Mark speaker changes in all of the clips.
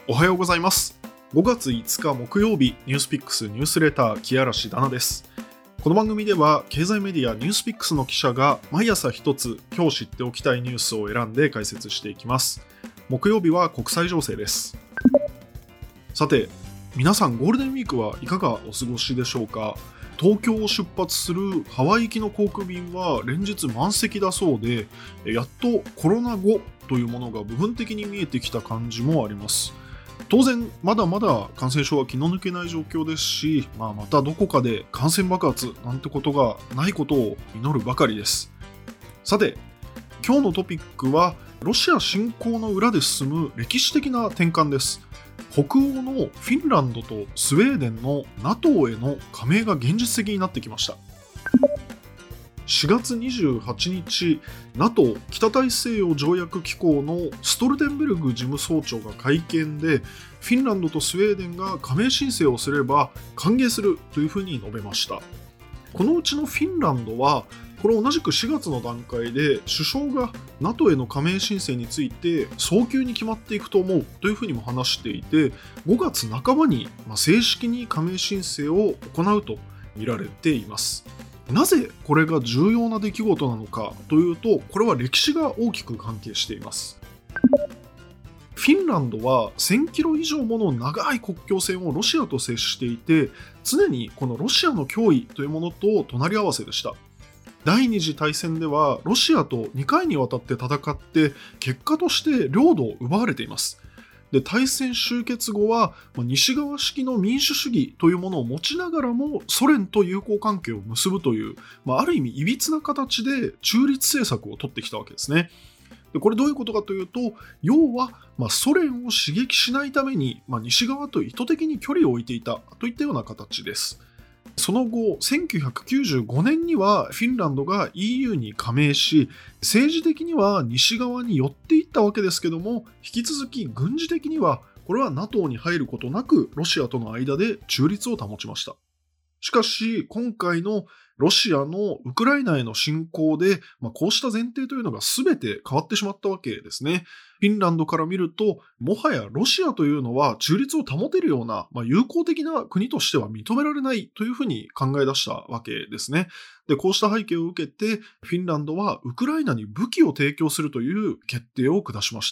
Speaker 1: おはようございます。5月5日木曜日、ニュースピックスニュースレター木嵐だなです。この番組では経済メディアニュースピックスの記者が毎朝一つ今日知っておきたいニュースを選んで解説していきます。木曜日は国際情勢です。さて、皆さんゴールデンウィークはいかがお過ごしでしょうか。東京を出発するハワイ行きの航空便は連日満席だそうで、やっとコロナ後というものが部分的に見えてきた感じもあります。当然まだまだ感染症は気の抜けない状況ですし、またどこかで感染爆発なんてことがないことを祈るばかりです。さて、今日のトピックはロシア侵攻の裏で進む歴史的な転換です。北欧のフィンランドとスウェーデンの NATO への加盟が現実的になってきました。4月28日、NATO 北大西洋条約機構のストルテンベルグ事務総長が会見で、フィンランドとスウェーデンが加盟申請をすれば歓迎するというふうに述べました。このうちのフィンランドは、これ同じく4月の段階で首相が NATO への加盟申請について早急に決まっていくと思うというふうにも話していて、5月半ばに正式に加盟申請を行うと見られています。なぜこれが重要な出来事なのかというと、これは歴史が大きく関係しています。フィンランドは1000キロ以上もの長い国境線をロシアと接していて、常にこのロシアの脅威というものと隣り合わせでした。第二次大戦ではロシアと2回にわたって戦って、結果として領土を奪われています。で、大戦終結後は西側式の民主主義というものを持ちながらもソ連と友好関係を結ぶという、ある意味いびつな形で中立政策を取ってきたわけですね。で、これどういうことかというと、要はソ連を刺激しないために西側と意図的に距離を置いていたといったような形です。その後、1995年にはフィンランドが EU に加盟し、政治的には西側に寄っていったわけですけども、引き続き軍事的にはこれは NATO に入ることなくロシアとの間で中立を保ちました。しかし今回のロシアのウクライナへの侵攻で、こうした前提というのが全て変わってしまったわけですね。フィンランドから見ると、もはやロシアというのは中立を保てるような、友好的な国としては認められないというふうに考え出したわけですね。で、こうした背景を受けて、フィンランドはウクライナに武器を提供するという決定を下しました。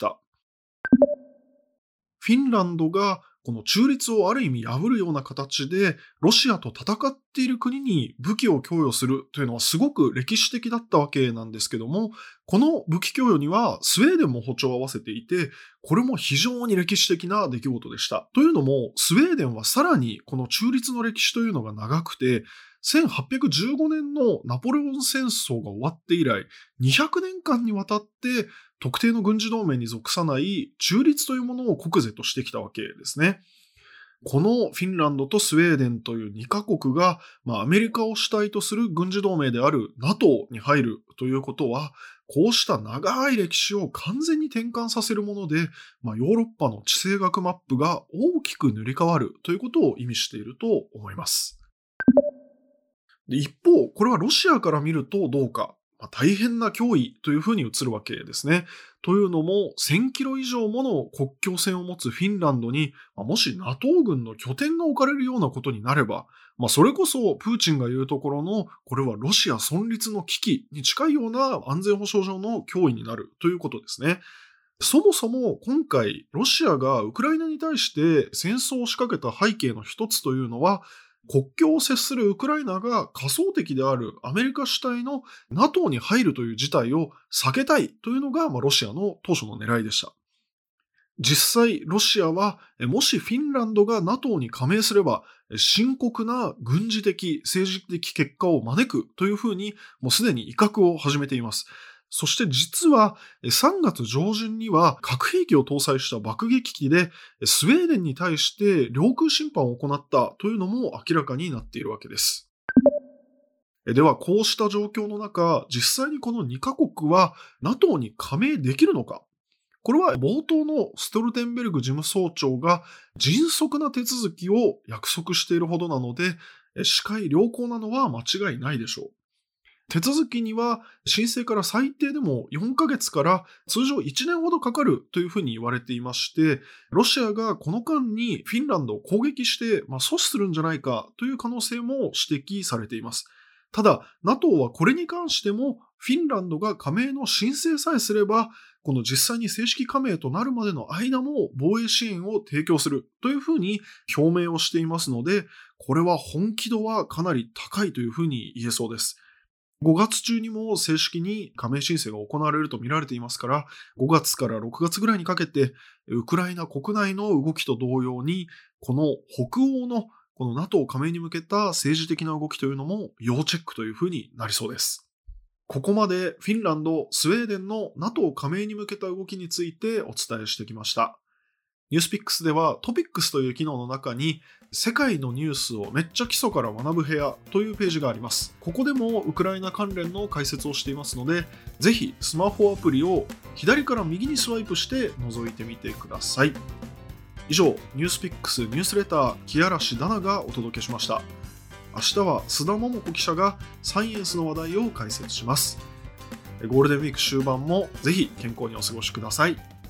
Speaker 1: フィンランドがこの中立をある意味破るような形でロシアと戦っている国に武器を供与するというのはすごく歴史的だったわけなんですけども、この武器供与にはスウェーデンも歩調を合わせていて、これも非常に歴史的な出来事でした。というのも、スウェーデンはさらにこの中立の歴史というのが長くて、1815年のナポレオン戦争が終わって以来、200年間にわたって特定の軍事同盟に属さない中立というものを国是としてきたわけですね。このフィンランドとスウェーデンという2カ国が、アメリカを主体とする軍事同盟である NATO に入るということは、こうした長い歴史を完全に転換させるもので、ヨーロッパの地政学マップが大きく塗り替わるということを意味していると思います。で、一方、これはロシアから見るとどうか。大変な脅威というふうに映るわけですね。というのも、1000キロ以上もの国境線を持つフィンランドに、もし NATO 軍の拠点が置かれるようなことになれば、それこそプーチンが言うところの、これはロシア存立の危機に近いような安全保障上の脅威になるということですね。そもそも今回、ロシアがウクライナに対して戦争を仕掛けた背景の一つというのは、国境を接するウクライナが仮想敵であるアメリカ主体の NATO に入るという事態を避けたいというのがロシアの当初の狙いでした。実際、ロシアはもしフィンランドが NATO に加盟すれば深刻な軍事的、政治的結果を招くというふうにもうすでに威嚇を始めています。そして実は3月上旬には核兵器を搭載した爆撃機でスウェーデンに対して領空侵犯を行ったというのも明らかになっているわけです。では、こうした状況の中、実際にこの2カ国は NATO に加盟できるのか。これは冒頭のストルテンベルグ事務総長が迅速な手続きを約束しているほどなので、視界良好なのは間違いないでしょう。 手続きには申請から最低でも4ヶ月から通常1年ほどかかるというふうに言われていまして、ロシアがこの間にフィンランドを攻撃して、阻止するんじゃないかという可能性も指摘されています。ただ、NATO はこれに関してもフィンランドが加盟の申請さえすれば、この実際に正式加盟となるまでの間も防衛支援を提供するというふうに表明をしていますので、これは本気度はかなり高いというふうに言えそうです。5月中にも正式に加盟申請が行われると見られていますから、5月から6月ぐらいにかけて、ウクライナ国内の動きと同様に、この北欧のこの NATO 加盟に向けた政治的な動きというのも要チェックというふうになりそうです。ここまでフィンランド、スウェーデンの NATO 加盟に向けた動きについてお伝えしてきました。ニュースピックスではトピックスという機能の中に世界のニュースをめっちゃ基礎から学ぶ部屋というページがあります。ここでもウクライナ関連の解説をしていますので、ぜひスマホアプリを左から右にスワイプして覗いてみてください。以上、ニュースピックスニュースレター木嵐ダナがお届けしました。明日は須田桃子記者がサイエンスの話題を解説します。ゴールデンウィーク終盤もぜひ健康にお過ごしください。